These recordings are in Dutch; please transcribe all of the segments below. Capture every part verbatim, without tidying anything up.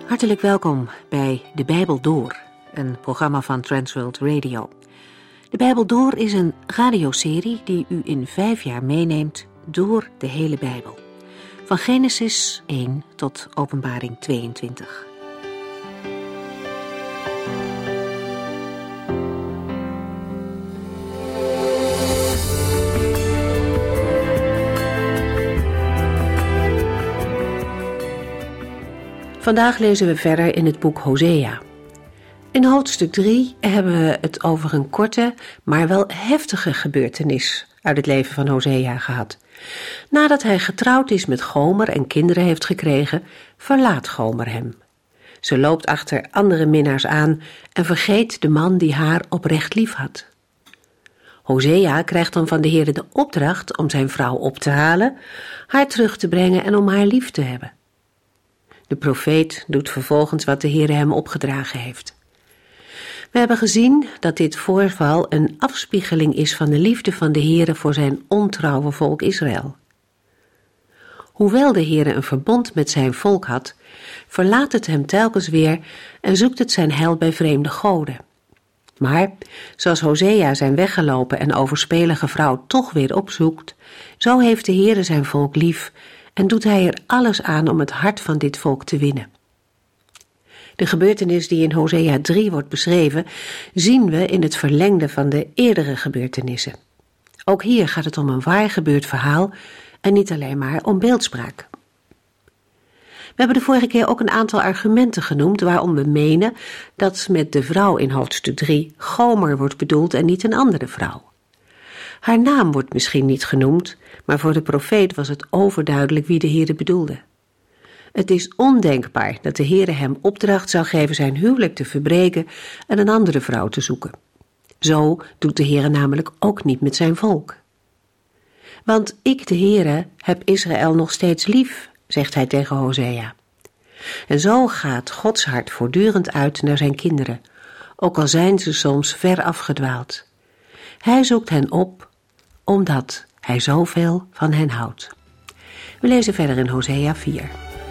Hartelijk welkom bij De Bijbel Door, een programma van Transworld Radio. De Bijbel Door is een radioserie die u in vijf jaar meeneemt door de hele Bijbel. Van Genesis één tot Openbaring tweeëntwintig. Vandaag lezen we verder in het boek Hosea. In hoofdstuk drie hebben we het over een korte, maar wel heftige gebeurtenis uit het leven van Hosea gehad. Nadat hij getrouwd is met Gomer en kinderen heeft gekregen, verlaat Gomer hem. Ze loopt achter andere minnaars aan en vergeet de man die haar oprecht lief had. Hosea krijgt dan van de Heere de opdracht om zijn vrouw op te halen, haar terug te brengen en om haar lief te hebben. De profeet doet vervolgens wat de Heere hem opgedragen heeft. We hebben gezien dat dit voorval een afspiegeling is van de liefde van de Heere voor zijn ontrouwe volk Israël. Hoewel de Heere een verbond met zijn volk had, verlaat het hem telkens weer en zoekt het zijn heil bij vreemde goden. Maar, zoals Hosea zijn weggelopen en overspelige vrouw toch weer opzoekt, zo heeft de Heere zijn volk lief en doet hij er alles aan om het hart van dit volk te winnen. De gebeurtenis die in Hosea drie wordt beschreven, zien we in het verlengde van de eerdere gebeurtenissen. Ook hier gaat het om een waar gebeurd verhaal en niet alleen maar om beeldspraak. We hebben de vorige keer ook een aantal argumenten genoemd waarom we menen dat met de vrouw in hoofdstuk drie Gomer wordt bedoeld en niet een andere vrouw. Haar naam wordt misschien niet genoemd, maar voor de profeet was het overduidelijk wie de Heere bedoelde. Het is ondenkbaar dat de Heere hem opdracht zou geven zijn huwelijk te verbreken en een andere vrouw te zoeken. Zo doet de Heere namelijk ook niet met zijn volk. Want ik, de Heere, heb Israël nog steeds lief, zegt hij tegen Hosea. En zo gaat Gods hart voortdurend uit naar zijn kinderen, ook al zijn ze soms ver afgedwaald. Hij zoekt hen op, omdat hij zoveel van hen houdt. We lezen verder in Hosea vier.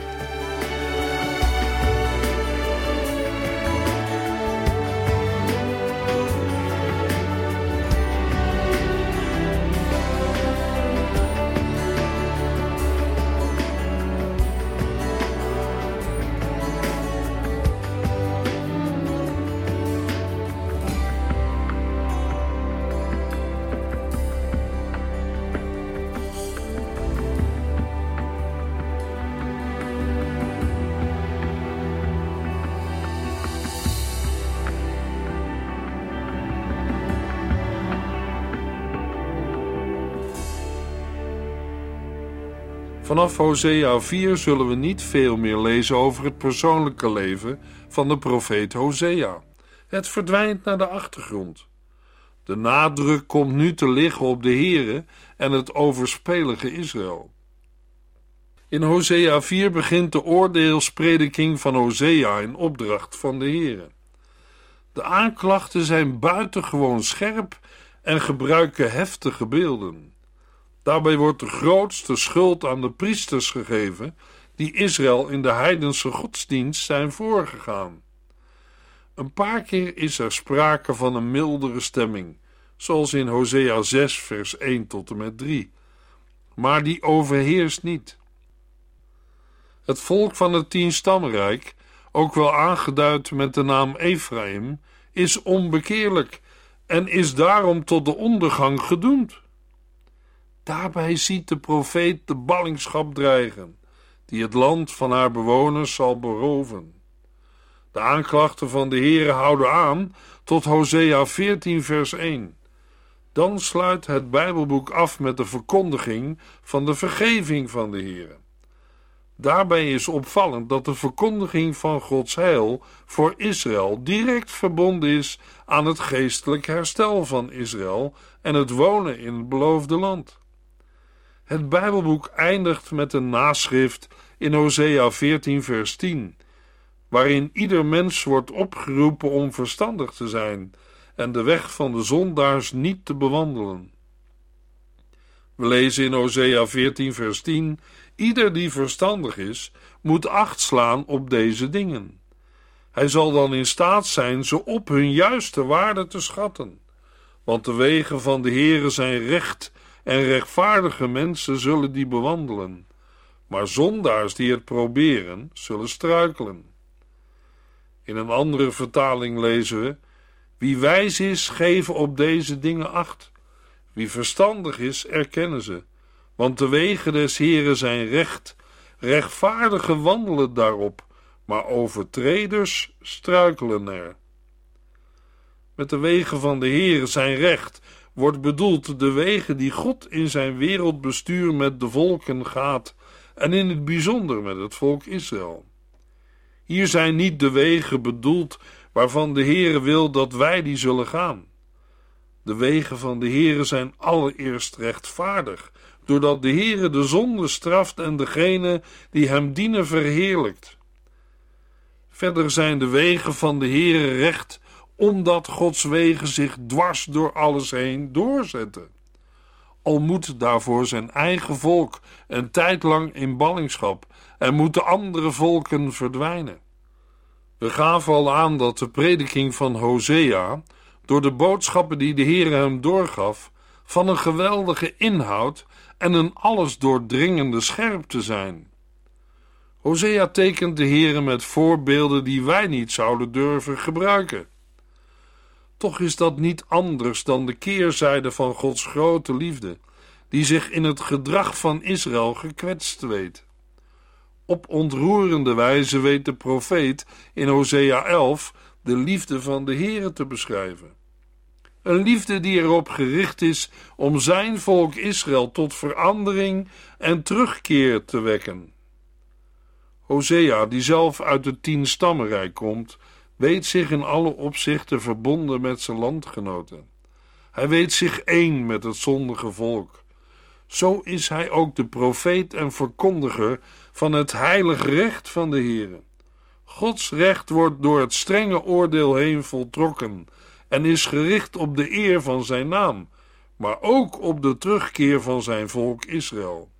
Vanaf Hosea vier zullen we niet veel meer lezen over het persoonlijke leven van de profeet Hosea. Het verdwijnt naar de achtergrond. De nadruk komt nu te liggen op de Heere en het overspelige Israël. In Hosea vier begint de oordeelsprediking van Hosea in opdracht van de Heere. De aanklachten zijn buitengewoon scherp en gebruiken heftige beelden. Daarbij wordt de grootste schuld aan de priesters gegeven die Israël in de heidense godsdienst zijn voorgegaan. Een paar keer is er sprake van een mildere stemming, zoals in Hosea zes vers één tot en met drie, maar die overheerst niet. Het volk van het tienstammenrijk, ook wel aangeduid met de naam Ephraim, is onbekeerlijk en is daarom tot de ondergang gedoemd. Daarbij ziet de profeet de ballingschap dreigen, die het land van haar bewoners zal beroven. De aanklachten van de Heere houden aan tot Hosea veertien vers één. Dan sluit het Bijbelboek af met de verkondiging van de vergeving van de Heere. Daarbij is opvallend dat de verkondiging van Gods heil voor Israël direct verbonden is aan het geestelijk herstel van Israël en het wonen in het beloofde land. Het Bijbelboek eindigt met een naschrift in Hosea veertien vers tien, waarin ieder mens wordt opgeroepen om verstandig te zijn en de weg van de zondaars niet te bewandelen. We lezen in Hosea veertien vers tien: Ieder die verstandig is, moet acht slaan op deze dingen. Hij zal dan in staat zijn ze op hun juiste waarde te schatten. Want de wegen van de Heere zijn recht en rechtvaardige mensen zullen die bewandelen. Maar zondaars die het proberen, zullen struikelen. In een andere vertaling lezen we: wie wijs is, geven op deze dingen acht. Wie verstandig is, erkennen ze. Want de wegen des Heeren zijn recht, rechtvaardigen wandelen daarop, maar overtreders struikelen er. Met de wegen van de Heere zijn recht wordt bedoeld de wegen die God in zijn wereldbestuur met de volken gaat, en in het bijzonder met het volk Israël. Hier zijn niet de wegen bedoeld waarvan de Heere wil dat wij die zullen gaan. De wegen van de Heere zijn allereerst rechtvaardig, doordat de Heere de zonde straft en degene die hem dienen verheerlijkt. Verder zijn de wegen van de Heere recht, omdat Gods wegen zich dwars door alles heen doorzetten. Al moet daarvoor zijn eigen volk een tijd lang in ballingschap en moeten andere volken verdwijnen. We gaven al aan dat de prediking van Hosea, door de boodschappen die de Heere hem doorgaf, van een geweldige inhoud en een alles doordringende scherpte zijn. Hosea tekent de Heere met voorbeelden die wij niet zouden durven gebruiken. Toch is dat niet anders dan de keerzijde van Gods grote liefde, die zich in het gedrag van Israël gekwetst weet. Op ontroerende wijze weet de profeet in Hosea elf de liefde van de Heere te beschrijven. Een liefde die erop gericht is om zijn volk Israël tot verandering en terugkeer te wekken. Hosea, die zelf uit het tienstammenrijk komt, weet zich in alle opzichten verbonden met zijn landgenoten. Hij weet zich één met het zondige volk. Zo is hij ook de profeet en verkondiger van het heilig recht van de Heere. Gods recht wordt door het strenge oordeel heen voltrokken en is gericht op de eer van zijn naam, maar ook op de terugkeer van zijn volk Israël.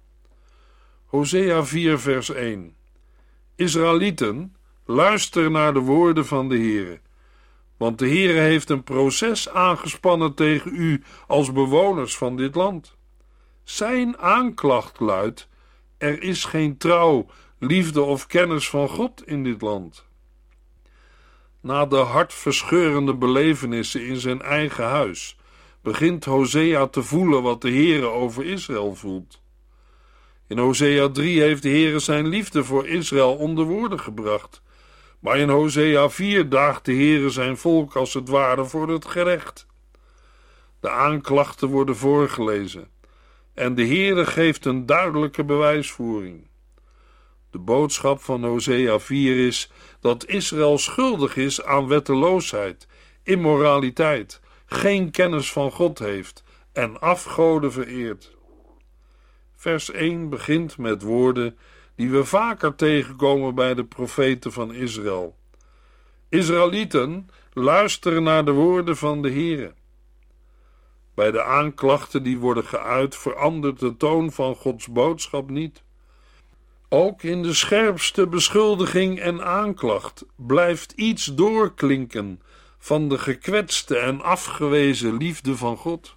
Hosea vier vers één. Israëlieten, luister naar de woorden van de Heere, want de Heere heeft een proces aangespannen tegen u als bewoners van dit land. Zijn aanklacht luidt: er is geen trouw, liefde of kennis van God in dit land. Na de hartverscheurende belevenissen in zijn eigen huis begint Hosea te voelen wat de Heere over Israël voelt. In Hosea drie heeft de Heere zijn liefde voor Israël onder woorden gebracht, maar in Hosea vier daagt de Heere zijn volk als het ware voor het gerecht. De aanklachten worden voorgelezen en de Heere geeft een duidelijke bewijsvoering. De boodschap van Hosea vier is dat Israël schuldig is aan wetteloosheid, immoraliteit, geen kennis van God heeft en afgoden vereert. Vers één begint met woorden die we vaker tegenkomen bij de profeten van Israël. Israëlieten, luisteren naar de woorden van de Heere. Bij de aanklachten die worden geuit verandert de toon van Gods boodschap niet. Ook in de scherpste beschuldiging en aanklacht blijft iets doorklinken van de gekwetste en afgewezen liefde van God.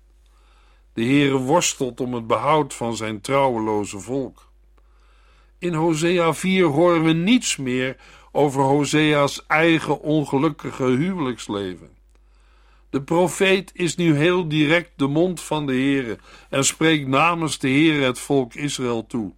De Heere worstelt om het behoud van zijn trouweloze volk. In Hosea vier horen we niets meer over Hosea's eigen ongelukkige huwelijksleven. De profeet is nu heel direct de mond van de Heere en spreekt namens de Heere het volk Israël toe.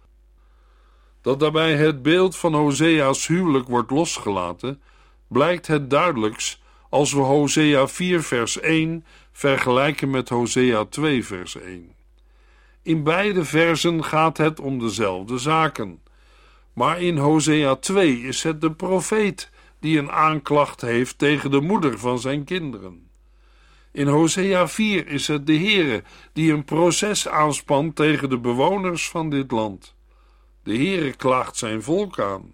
Dat daarbij het beeld van Hosea's huwelijk wordt losgelaten, blijkt het duidelijkst als we Hosea vier vers één vergelijken met Hosea twee vers één. In beide versen gaat het om dezelfde zaken, maar in Hosea twee is het de profeet die een aanklacht heeft tegen de moeder van zijn kinderen. In Hosea vier is het de Heere die een proces aanspant tegen de bewoners van dit land. De Heere klaagt zijn volk aan.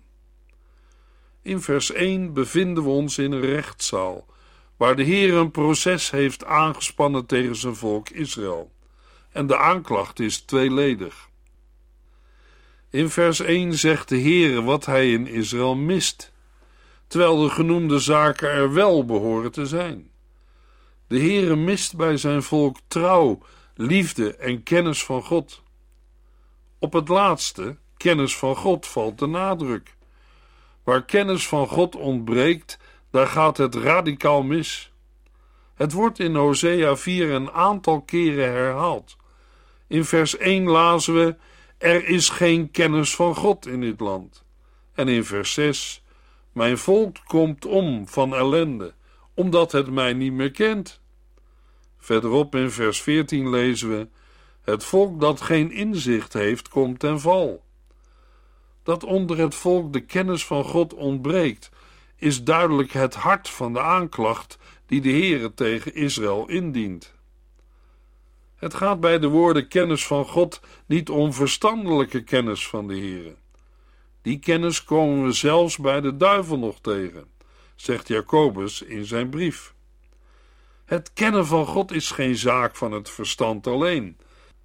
In vers één bevinden we ons in een rechtszaal, waar de Heere een proces heeft aangespannen tegen zijn volk Israël. En de aanklacht is tweeledig. In vers één zegt de Heere wat hij in Israël mist, terwijl de genoemde zaken er wel behoren te zijn. De Heere mist bij zijn volk trouw, liefde en kennis van God. Op het laatste, kennis van God, valt de nadruk. Waar kennis van God ontbreekt, daar gaat het radicaal mis. Het wordt in Hosea vier een aantal keren herhaald. In vers één lazen we: er is geen kennis van God in dit land. En in vers zes: mijn volk komt om van ellende, omdat het mij niet meer kent. Verderop in vers veertien lezen we: het volk dat geen inzicht heeft, komt ten val. Dat onder het volk de kennis van God ontbreekt, is duidelijk het hart van de aanklacht die de Heere tegen Israël indient. Het gaat bij de woorden kennis van God niet om verstandelijke kennis van de Heere. Die kennis komen we zelfs bij de duivel nog tegen, zegt Jacobus in zijn brief. Het kennen van God is geen zaak van het verstand alleen.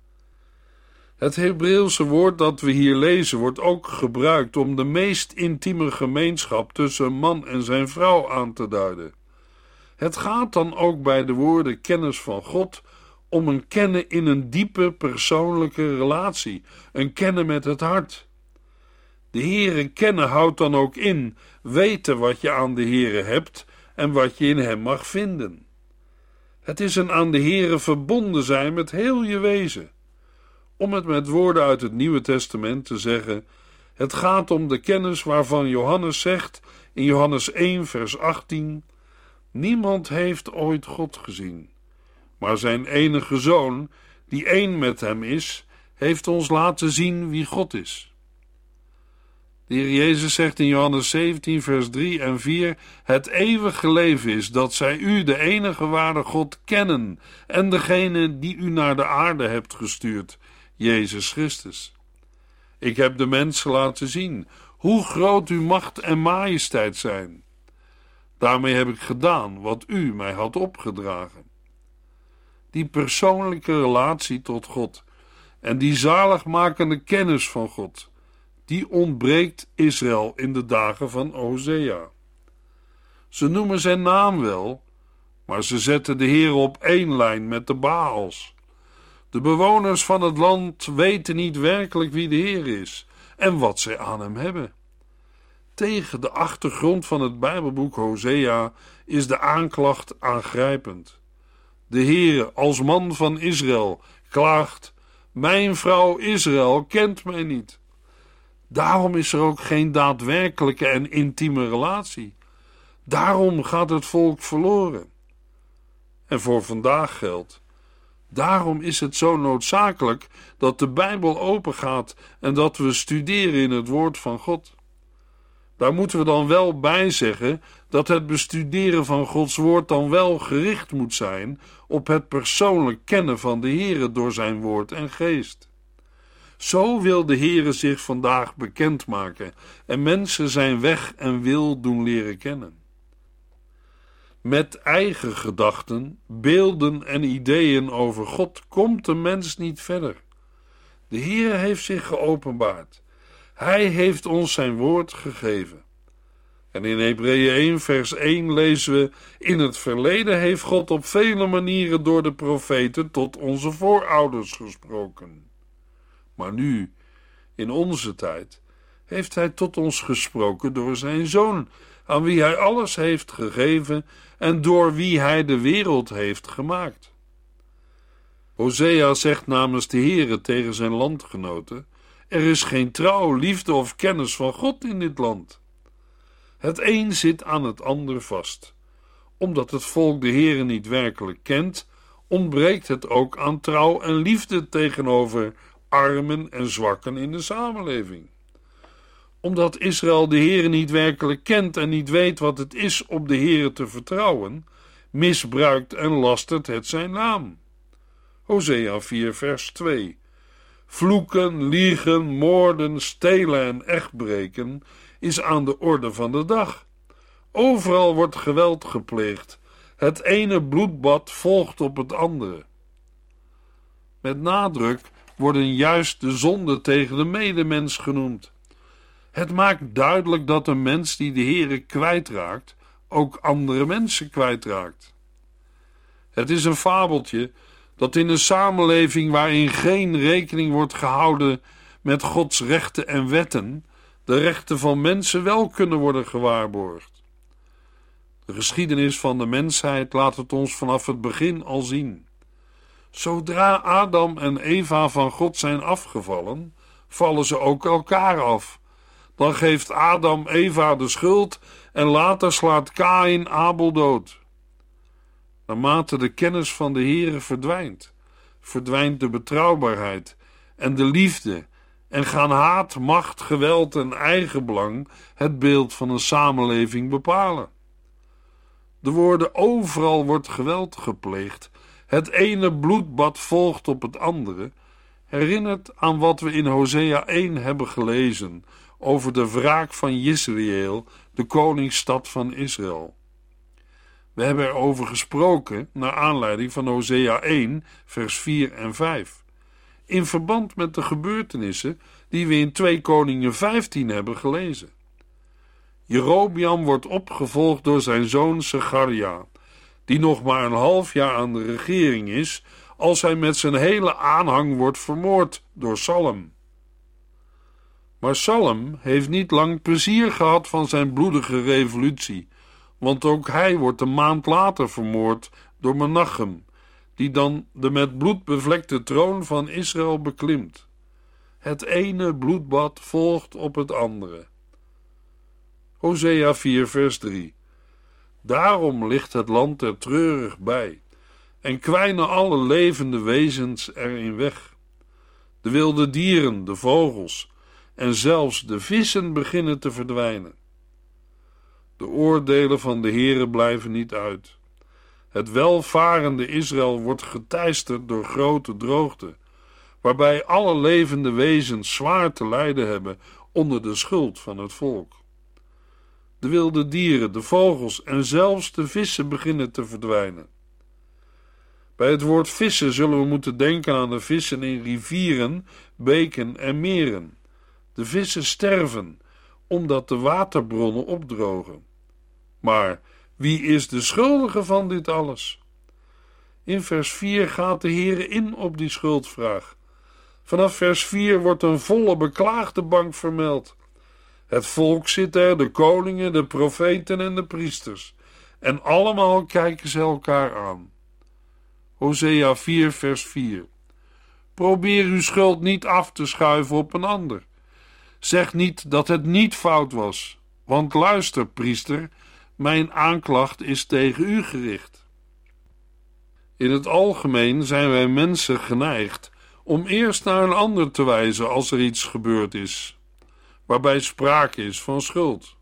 Het Hebreeuwse woord dat we hier lezen wordt ook gebruikt om de meest intieme gemeenschap tussen een man en zijn vrouw aan te duiden. Het gaat dan ook bij de woorden kennis van God om een kennen in een diepe persoonlijke relatie, een kennen met het hart. De Heere kennen houdt dan ook in weten wat je aan de Heere hebt en wat je in hem mag vinden. Het is een aan de Heere verbonden zijn met heel je wezen. Om het met woorden uit het Nieuwe Testament te zeggen, het gaat om de kennis waarvan Johannes zegt in Johannes één vers achttien: niemand heeft ooit God gezien, maar zijn enige Zoon, die één met hem is, heeft ons laten zien wie God is. De Heer Jezus zegt in Johannes zeventien vers drie en vier: het eeuwige leven is dat zij u, de enige ware God, kennen en degene die u naar de aarde hebt gestuurd, Jezus Christus. Ik heb de mensen laten zien hoe groot uw macht en majesteit zijn. Daarmee heb ik gedaan wat u mij had opgedragen. Die persoonlijke relatie tot God en die zaligmakende kennis van God, die ontbreekt Israël in de dagen van Hosea. Ze noemen zijn naam wel, maar ze zetten de Heer op één lijn met de Baals. De bewoners van het land weten niet werkelijk wie de Heer is en wat zij aan hem hebben. Tegen de achtergrond van het Bijbelboek Hosea is de aanklacht aangrijpend. De Heer als man van Israël klaagt: mijn vrouw Israël kent mij niet. Daarom is er ook geen daadwerkelijke en intieme relatie. Daarom gaat het volk verloren. En voor vandaag geldt: daarom is het zo noodzakelijk dat de Bijbel opengaat en dat we studeren in het woord van God. Daar moeten we dan wel bij zeggen dat het bestuderen van Gods woord dan wel gericht moet zijn op het persoonlijk kennen van de Heere door zijn woord en geest. Zo wil de Heere zich vandaag bekendmaken en mensen zijn weg en wil doen leren kennen. Met eigen gedachten, beelden en ideeën over God komt de mens niet verder. De Heere heeft zich geopenbaard. Hij heeft ons zijn woord gegeven. En in Hebreeën één vers één lezen we: in het verleden heeft God op vele manieren door de profeten tot onze voorouders gesproken. Maar nu, in onze tijd, heeft hij tot ons gesproken door zijn Zoon, aan wie hij alles heeft gegeven en door wie hij de wereld heeft gemaakt. Hosea zegt namens de Heere tegen zijn landgenoten: er is geen trouw, liefde of kennis van God in dit land. Het een zit aan het ander vast. Omdat het volk de Heere niet werkelijk kent, ontbreekt het ook aan trouw en liefde tegenover armen en zwakken in de samenleving. Omdat Israël de Heere niet werkelijk kent en niet weet wat het is op de Heere te vertrouwen, misbruikt en lastert het zijn naam. Hosea vier vers twee. Vloeken, liegen, moorden, stelen en echtbreken is aan de orde van de dag. Overal wordt geweld gepleegd. Het ene bloedbad volgt op het andere. Met nadruk worden juist de zonden tegen de medemens genoemd. Het maakt duidelijk dat een mens die de Heere kwijtraakt, ook andere mensen kwijtraakt. Het is een fabeltje dat in een samenleving waarin geen rekening wordt gehouden met Gods rechten en wetten, de rechten van mensen wel kunnen worden gewaarborgd. De geschiedenis van de mensheid laat het ons vanaf het begin al zien. Zodra Adam en Eva van God zijn afgevallen, vallen ze ook elkaar af. Dan geeft Adam Eva de schuld en later slaat Kaïn Abel dood. Naarmate de kennis van de Heere verdwijnt, verdwijnt de betrouwbaarheid en de liefde en gaan haat, macht, geweld en eigenbelang het beeld van een samenleving bepalen. De woorden overal wordt geweld gepleegd, het ene bloedbad volgt op het andere, herinnert aan wat we in Hosea één hebben gelezen over de wraak van Jezreel, de koningsstad van Israël. We hebben erover gesproken naar aanleiding van Hosea één, vers vier en vijf, in verband met de gebeurtenissen die we in twee Koningen vijftien hebben gelezen. Jerobeam wordt opgevolgd door zijn zoon Secharia, die nog maar een half jaar aan de regering is, als hij met zijn hele aanhang wordt vermoord door Salem. Maar Salem heeft niet lang plezier gehad van zijn bloedige revolutie, want ook hij wordt een maand later vermoord door Menachem, die dan de met bloed bevlekte troon van Israël beklimt. Het ene bloedbad volgt op het andere. Hosea vier, vers drie. Daarom ligt het land er treurig bij, en kwijnen alle levende wezens erin weg. De wilde dieren, de vogels en zelfs de vissen beginnen te verdwijnen. De oordelen van de Heere blijven niet uit. Het welvarende Israël wordt geteisterd door grote droogte, waarbij alle levende wezens zwaar te lijden hebben onder de schuld van het volk. De wilde dieren, de vogels en zelfs de vissen beginnen te verdwijnen. Bij het woord vissen zullen we moeten denken aan de vissen in rivieren, beken en meren. De vissen sterven, omdat de waterbronnen opdrogen. Maar wie is de schuldige van dit alles? In vers vier gaat de Heere in op die schuldvraag. Vanaf vers vier wordt een volle beklaagde bank vermeld. Het volk zit er, de koningen, de profeten en de priesters. En allemaal kijken ze elkaar aan. Hosea vier, vers vier. Probeer uw schuld niet af te schuiven op een ander. Zeg niet dat het niet fout was, want luister, priester, mijn aanklacht is tegen u gericht. In het algemeen zijn wij mensen geneigd om eerst naar een ander te wijzen als er iets gebeurd is, waarbij sprake is van schuld.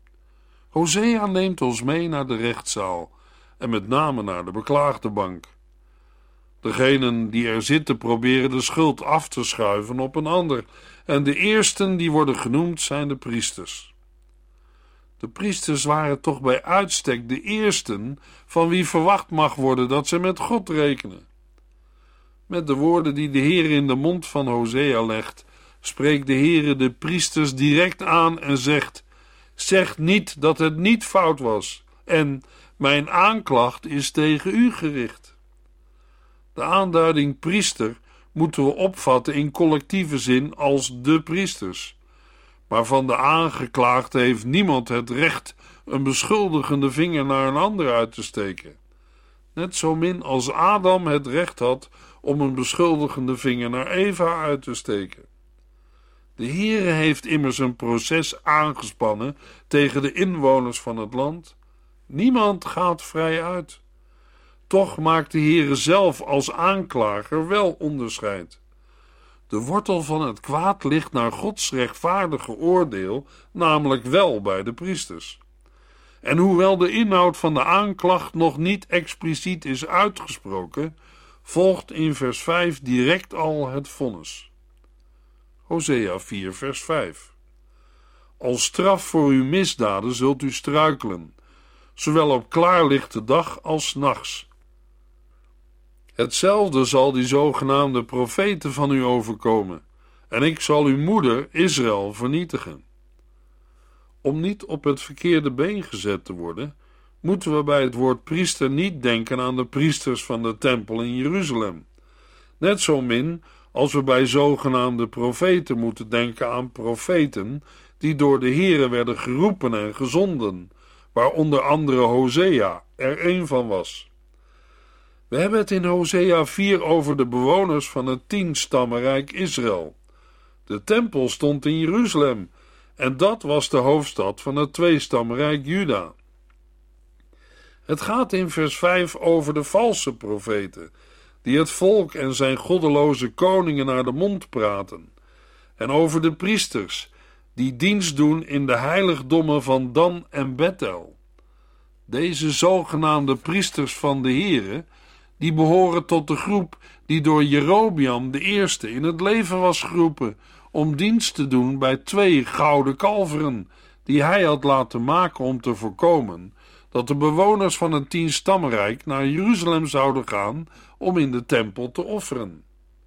Hosea neemt ons mee naar de rechtszaal en met name naar de beklaagde bank. Degenen die er zitten proberen de schuld af te schuiven op een ander en de eersten die worden genoemd zijn de priesters. De priesters waren toch bij uitstek de eersten van wie verwacht mag worden dat ze met God rekenen. Met de woorden die de Heer in de mond van Hosea legt, spreekt de Heere de priesters direct aan en zegt: zeg niet dat het niet fout was en mijn aanklacht is tegen u gericht. De aanduiding priester moeten we opvatten in collectieve zin als de priesters. Maar van de aangeklaagde heeft niemand het recht een beschuldigende vinger naar een ander uit te steken. Net zo min als Adam het recht had om een beschuldigende vinger naar Eva uit te steken. De Heere heeft immers een proces aangespannen tegen de inwoners van het land. Niemand gaat vrij uit. Toch maakt de Heere zelf als aanklager wel onderscheid. De wortel van het kwaad ligt naar Gods rechtvaardige oordeel, namelijk wel bij de priesters. En hoewel de inhoud van de aanklacht nog niet expliciet is uitgesproken, volgt in vers vijf direct al het vonnis. Hosea vier, vers vijf. Als straf voor uw misdaden zult u struikelen, zowel op klaarlichte dag als 's nachts. Hetzelfde zal die zogenaamde profeten van u overkomen, en ik zal uw moeder Israël vernietigen. Om niet op het verkeerde been gezet te worden, moeten we bij het woord priester niet denken aan de priesters van de tempel in Jeruzalem. Net zo min als we bij zogenaamde profeten moeten denken aan profeten die door de Here werden geroepen en gezonden, waar onder andere Hosea er een van was. We hebben het in Hosea vier over de bewoners van het tienstammenrijk Israël. De tempel stond in Jeruzalem en dat was de hoofdstad van het tweestammenrijk Juda. Het gaat in vers vijf over de valse profeten, die het volk en zijn goddeloze koningen naar de mond praten, en over de priesters, die dienst doen in de heiligdommen van Dan en Bethel. Deze zogenaamde priesters van de Here, die behoren tot de groep die door Jerobeam de eerste in het leven was geroepen om dienst te doen bij twee gouden kalveren, die hij had laten maken om te voorkomen dat de bewoners van het tienstammenrijk naar Jeruzalem zouden gaan om in de tempel te offeren.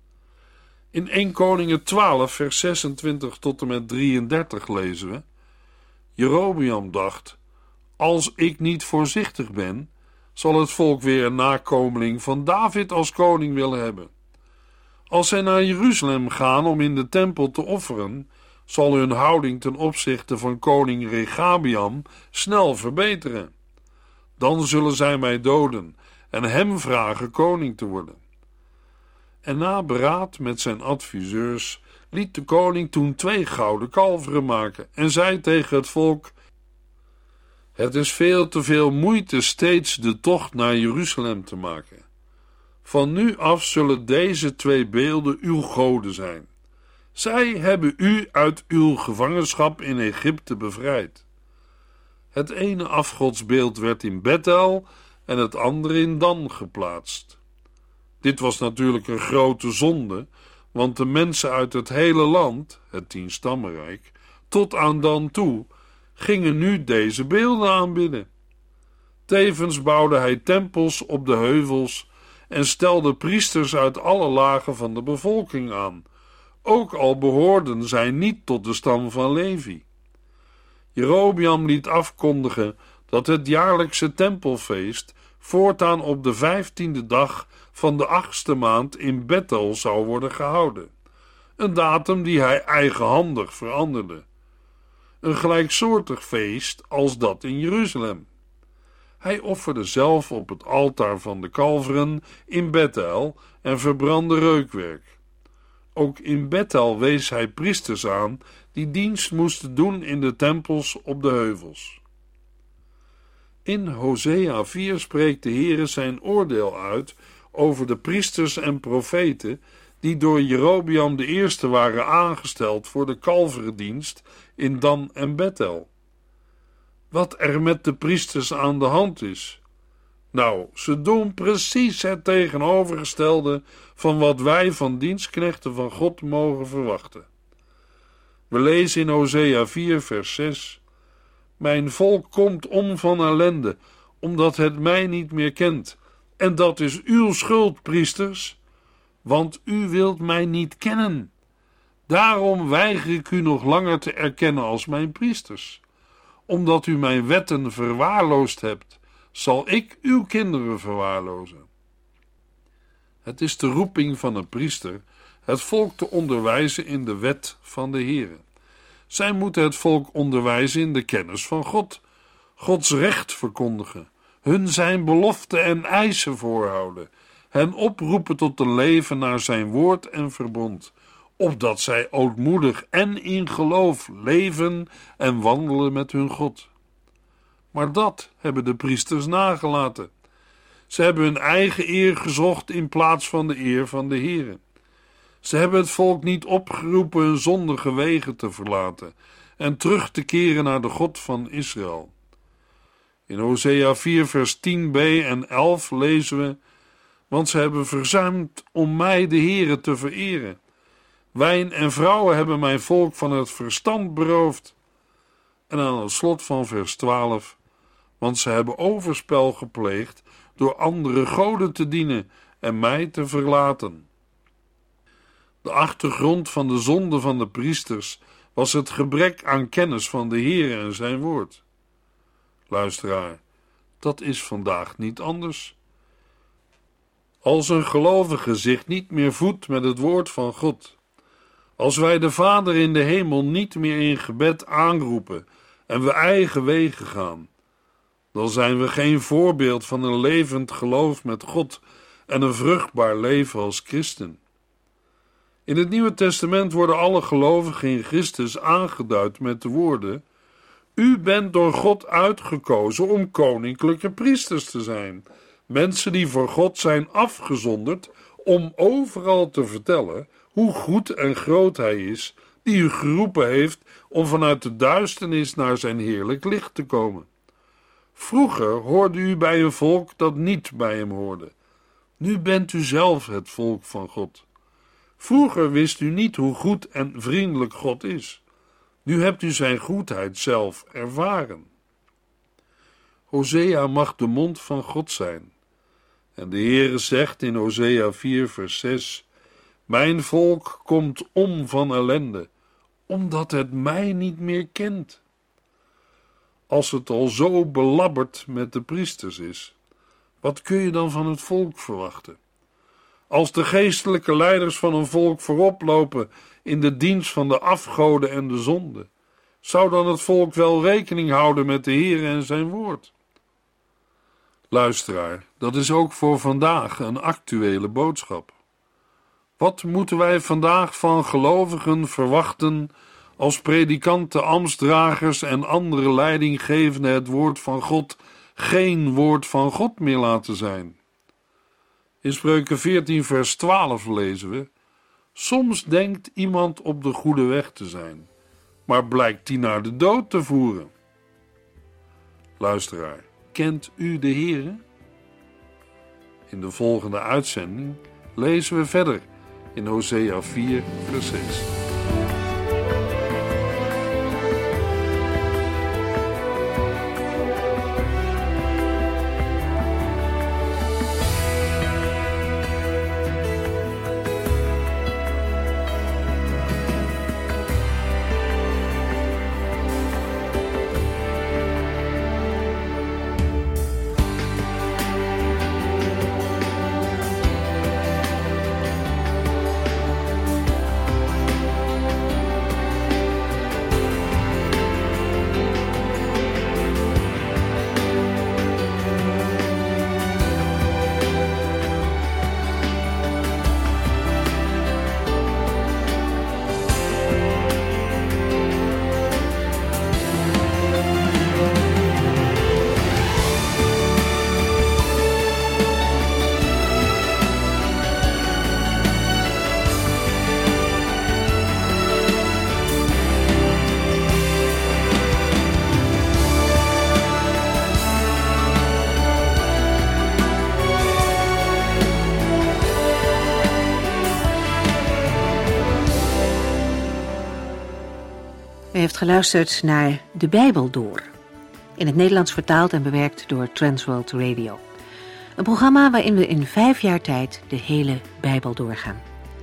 In Eerste Koningen twaalf vers zesentwintig tot en met drieëndertig lezen we: Jerobeam dacht, als ik niet voorzichtig ben, zal het volk weer een nakomeling van David als koning willen hebben. Als zij naar Jeruzalem gaan om in de tempel te offeren, zal hun houding ten opzichte van koning Rehabeam snel verbeteren. Dan zullen zij mij doden en hem vragen koning te worden. En na beraad met zijn adviseurs liet de koning toen twee gouden kalveren maken en zei tegen het volk: het is veel te veel moeite steeds de tocht naar Jeruzalem te maken. Van nu af zullen deze twee beelden uw goden zijn. Zij hebben u uit uw gevangenschap in Egypte bevrijd. Het ene afgodsbeeld werd in Bethel en het andere in Dan geplaatst. Dit was natuurlijk een grote zonde, want de mensen uit het hele land, het tienstammenrijk, tot aan Dan toe, gingen nu deze beelden aanbidden. Tevens bouwde hij tempels op de heuvels en stelde priesters uit alle lagen van de bevolking aan, ook al behoorden zij niet tot de stam van Levi. Jerobeam liet afkondigen dat het jaarlijkse tempelfeest voortaan op de vijftiende dag van de achtste maand in Bethel zou worden gehouden, een datum die hij eigenhandig veranderde. Een gelijksoortig feest als dat in Jeruzalem. Hij offerde zelf op het altaar van de kalveren in Bethel en verbrandde reukwerk. Ook in Bethel wees hij priesters aan die dienst moesten doen in de tempels op de heuvels. In Hosea vier spreekt de Heere zijn oordeel uit over de priesters en profeten die door Jerobeam de eerste waren aangesteld voor de kalverendienst in Dan en Bethel. Wat er met de priesters aan de hand is? Nou, ze doen precies het tegenovergestelde van wat wij van dienstknechten van God mogen verwachten. We lezen in Hosea vier vers zes: mijn volk komt om van ellende, omdat het mij niet meer kent. En dat is uw schuld, priesters, want u wilt mij niet kennen. Daarom weiger ik u nog langer te erkennen als mijn priesters. Omdat u mijn wetten verwaarloosd hebt, zal ik uw kinderen verwaarlozen. Het is de roeping van een priester het volk te onderwijzen in de wet van de Heere. Zij moeten het volk onderwijzen in de kennis van God, Gods recht verkondigen, hun zijn beloften en eisen voorhouden, hen oproepen tot een leven naar zijn woord en verbond, opdat zij ootmoedig en in geloof leven en wandelen met hun God. Maar dat hebben de priesters nagelaten. Ze hebben hun eigen eer gezocht in plaats van de eer van de Heere. Ze hebben het volk niet opgeroepen hun zondige wegen te verlaten en terug te keren naar de God van Israël. In Hosea vier vers tien b en elf lezen we: want ze hebben verzuimd om mij de Heere te vereren. Wijn en vrouwen hebben mijn volk van het verstand beroofd. En aan het slot van vers twaalf: want ze hebben overspel gepleegd door andere goden te dienen en mij te verlaten. De achtergrond van de zonde van de priesters was het gebrek aan kennis van de Heer en zijn woord. Luisteraar, dat is vandaag niet anders. Als een gelovige zich niet meer voedt met het woord van God, als wij de Vader in de hemel niet meer in gebed aanroepen en we eigen wegen gaan, dan zijn we geen voorbeeld van een levend geloof met God en een vruchtbaar leven als christen. In het Nieuwe Testament worden alle gelovigen in Christus aangeduid met de woorden: U bent door God uitgekozen om koninklijke priesters te zijn, mensen die voor God zijn afgezonderd om overal te vertellen hoe goed en groot Hij is, die u geroepen heeft om vanuit de duisternis naar zijn heerlijk licht te komen. Vroeger hoorde u bij een volk dat niet bij hem hoorde. Nu bent u zelf het volk van God. Vroeger wist u niet hoe goed en vriendelijk God is. Nu hebt u zijn goedheid zelf ervaren. Hosea mag de mond van God zijn. En de Heere zegt in Hosea vier vers zes: Mijn volk komt om van ellende, omdat het mij niet meer kent. Als het al zo belabberd met de priesters is, wat kun je dan van het volk verwachten? Als de geestelijke leiders van een volk voorop lopen in de dienst van de afgoden en de zonde, zou dan het volk wel rekening houden met de Heer en zijn woord? Luisteraar, dat is ook voor vandaag een actuele boodschap. Wat moeten wij vandaag van gelovigen verwachten als predikanten, ambtsdragers en andere leidinggevenden het woord van God geen woord van God meer laten zijn? In Spreuken veertien vers twaalf lezen we: Soms denkt iemand op de goede weg te zijn, maar blijkt die naar de dood te voeren. Luisteraar, kent u de Heere? In de volgende uitzending lezen we verder in Hosea vier vers zes. U heeft geluisterd naar De Bijbel Door, in het Nederlands vertaald en bewerkt door Transworld Radio. Een programma waarin we in vijf jaar tijd de hele Bijbel doorgaan.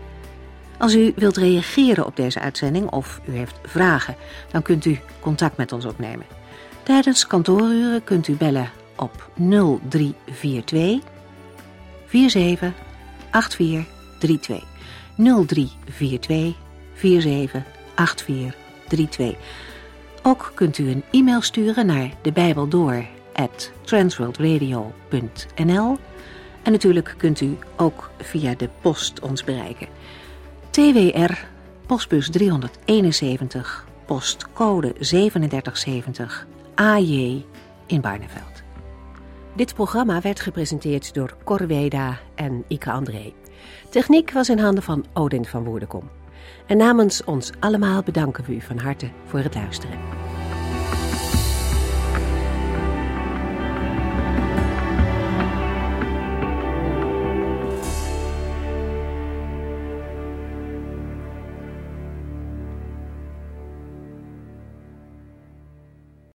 Als u wilt reageren op deze uitzending of u heeft vragen, dan kunt u contact met ons opnemen. Tijdens kantooruren kunt u bellen op nul drie vier twee vier zeven acht vier drie twee. nul drie vier twee vier zeven acht vier drie twee. Ook kunt u een e-mail sturen naar debijbeldoor at transworldradio punt n l en natuurlijk kunt u ook via de post ons bereiken. T W R, postbus driehonderdeenenzeventig, postcode zevenendertig zeventig, A J in Barneveld. Dit programma werd gepresenteerd door Cor Weda en Ike André. Techniek was in handen van Odin van Woerdenkom. En namens ons allemaal bedanken we u van harte voor het luisteren.